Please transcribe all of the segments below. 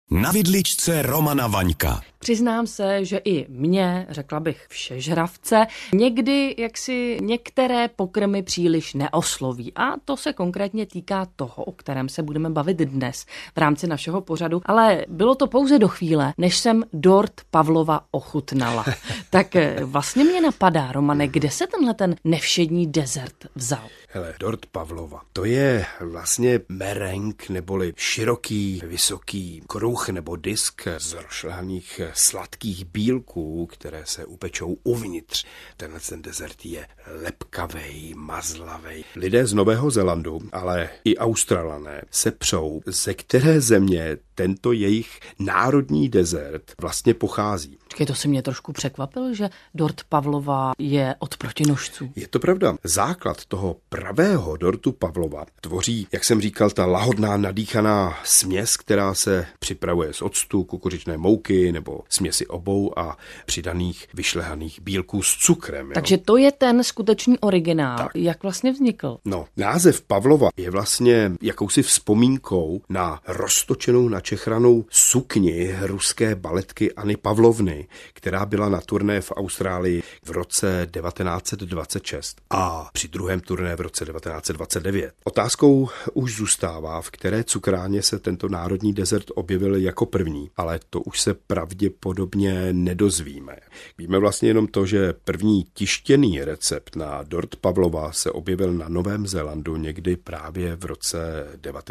Na vidličce Romana Vaňka. Přiznám se, že i mě, řekla bych všežravce, někdy jaksi některé pokrmy příliš neosloví. A to se konkrétně týká toho, o kterém se budeme bavit dnes v rámci našeho pořadu. Ale bylo to pouze do chvíle, než jsem dort Pavlova ochutnala. Tak vlastně mě napadá, Romane, kde se tenhle ten nevšední dezert vzal? Hele, dort Pavlova, to je vlastně merenk neboli široký, vysoký kruh nebo disk z rošlehaných sladkých bílků, které se upečou uvnitř. Tenhle ten dezert je lepkavej, mazlavej. Lidé z Nového Zélandu, ale i Australané se přou, ze které země tento jejich národní dezert vlastně pochází. Počkej, to si mě trošku překvapil, že dort Pavlova je od protinožců. Je to pravda. Základ toho pravého dortu Pavlova tvoří, jak jsem říkal, ta lahodná nadýchaná směs, která se připravuje z octu, kukuřičné mouky nebo směsi obou a přidaných vyšlehaných bílků s cukrem. Jo? Takže to je ten skutečný originál. Tak. Jak vlastně vznikl? No, název Pavlova je vlastně jakousi vzpomínkou na roztočenou načechranou sukni ruské baletky Anny Pavlovny, která byla na turné v Austrálii v roce 1926 a při druhém turné v roce 1929. Otázkou už zůstává, v které cukrárně se tento národní dezert objevil jako první, ale to už se pravděpodobně nedozvíme. Víme vlastně jenom to, že první tištěný recept na dort Pavlova se objevil na Novém Zélandu někdy právě v roce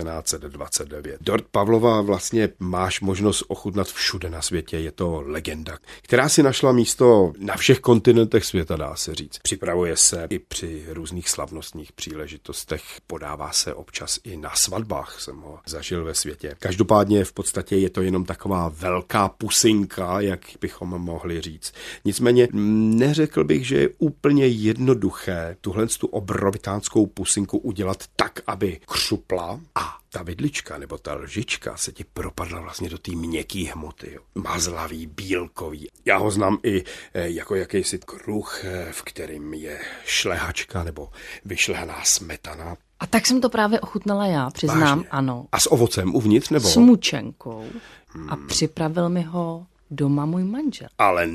1929. Dort Pavlova vlastně máš možnost ochutnat všude na světě, je to legenda, která si našla místo na všech kontinentech světa, dá se říct. Připravuje se i při různých slavnostních příležitostech, podává se občas i na svatbách, jsem ho zažil ve světě. Každopádně v podstatě je to jenom taková velká pusinka, jak bychom mohli říct. Nicméně neřekl bych, že je úplně jednoduché tuhle tu obrovitánskou pusinku udělat tak, aby křupla a ta vidlička nebo ta lžička se ti propadla vlastně do té měkké hmoty. Jo. Mazlavý, bílkový. Já ho znám i jako jakýsi kruh, v kterým je šlehačka nebo vyšlehaná smetana. A tak jsem to právě ochutnala já, přiznám, Vážně? ano. A s ovocem uvnitř nebo? S mučenkou. A připravil mi ho doma můj manžel. Ale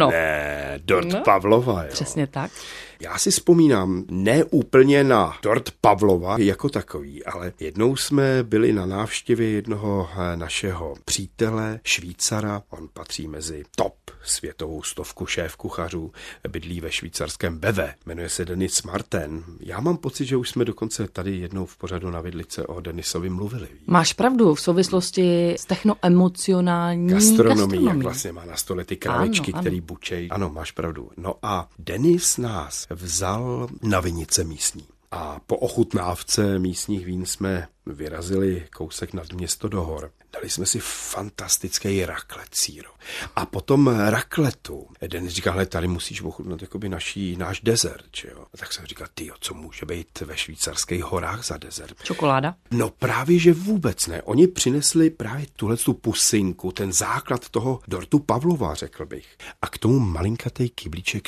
ne, dort Pavlova, jo. Přesně tak. Já si vzpomínám ne úplně na dort Pavlova jako takový, ale jednou jsme byli na návštěvě jednoho našeho přítele, Švýcara. On patří mezi top světovou stovku šéfkuchařů, bydlí ve švýcarském Beve, jmenuje se Denis Martin. Já mám pocit, že už jsme dokonce tady jednou v pořadu na vidlice o Denisovi mluvili. Máš pravdu, v souvislosti s technoemocionální gastronomií. Jak vlastně má na stole ty kravičky, který bučejí. Ano, máš pravdu. No a Denis nás vzal na vinice místní. A po ochutnávce místních vín jsme vyrazili kousek nad město do hor. Dali jsme si fantastický raklet síro. A potom rakletu Denis říkal, hele, tady musíš ochutnat jakoby náš dezert, že jo. A tak jsem říkal, tyjo, co může být ve švýcarských horách za dezert? Čokoláda? No právě, že vůbec ne. Oni přinesli právě tuhletu pusinku, ten základ toho dortu Pavlova, řekl bych. A k tomu malinkatej kyblíček,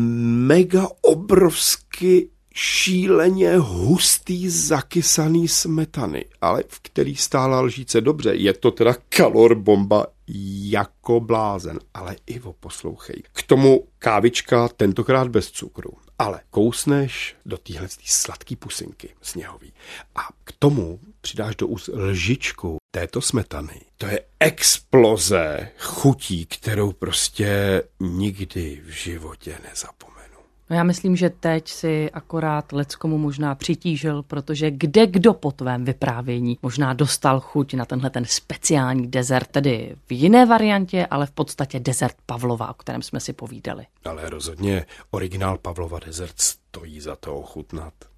mega obrovsky šíleně hustý zakysaný smetany, ale v který stála lžíce dobře. Je to teda kalor bomba jako blázen, ale Ivo, poslouchej. K tomu kávička, tentokrát bez cukru. Ale kousneš do téhle sladký pusinky sněhový a k tomu přidáš do úst lžičku této smetany. To je exploze chutí, kterou prostě nikdy v životě nezapomenu. No já myslím, že teď si akorát leckomu možná přitížil, protože kdo po tvém vyprávění možná dostal chuť na tenhle ten speciální dezert, tedy v jiné variantě, ale v podstatě dezert Pavlova, o kterém jsme si povídali. Ale rozhodně originál Pavlova dezert stojí za to ochutnat.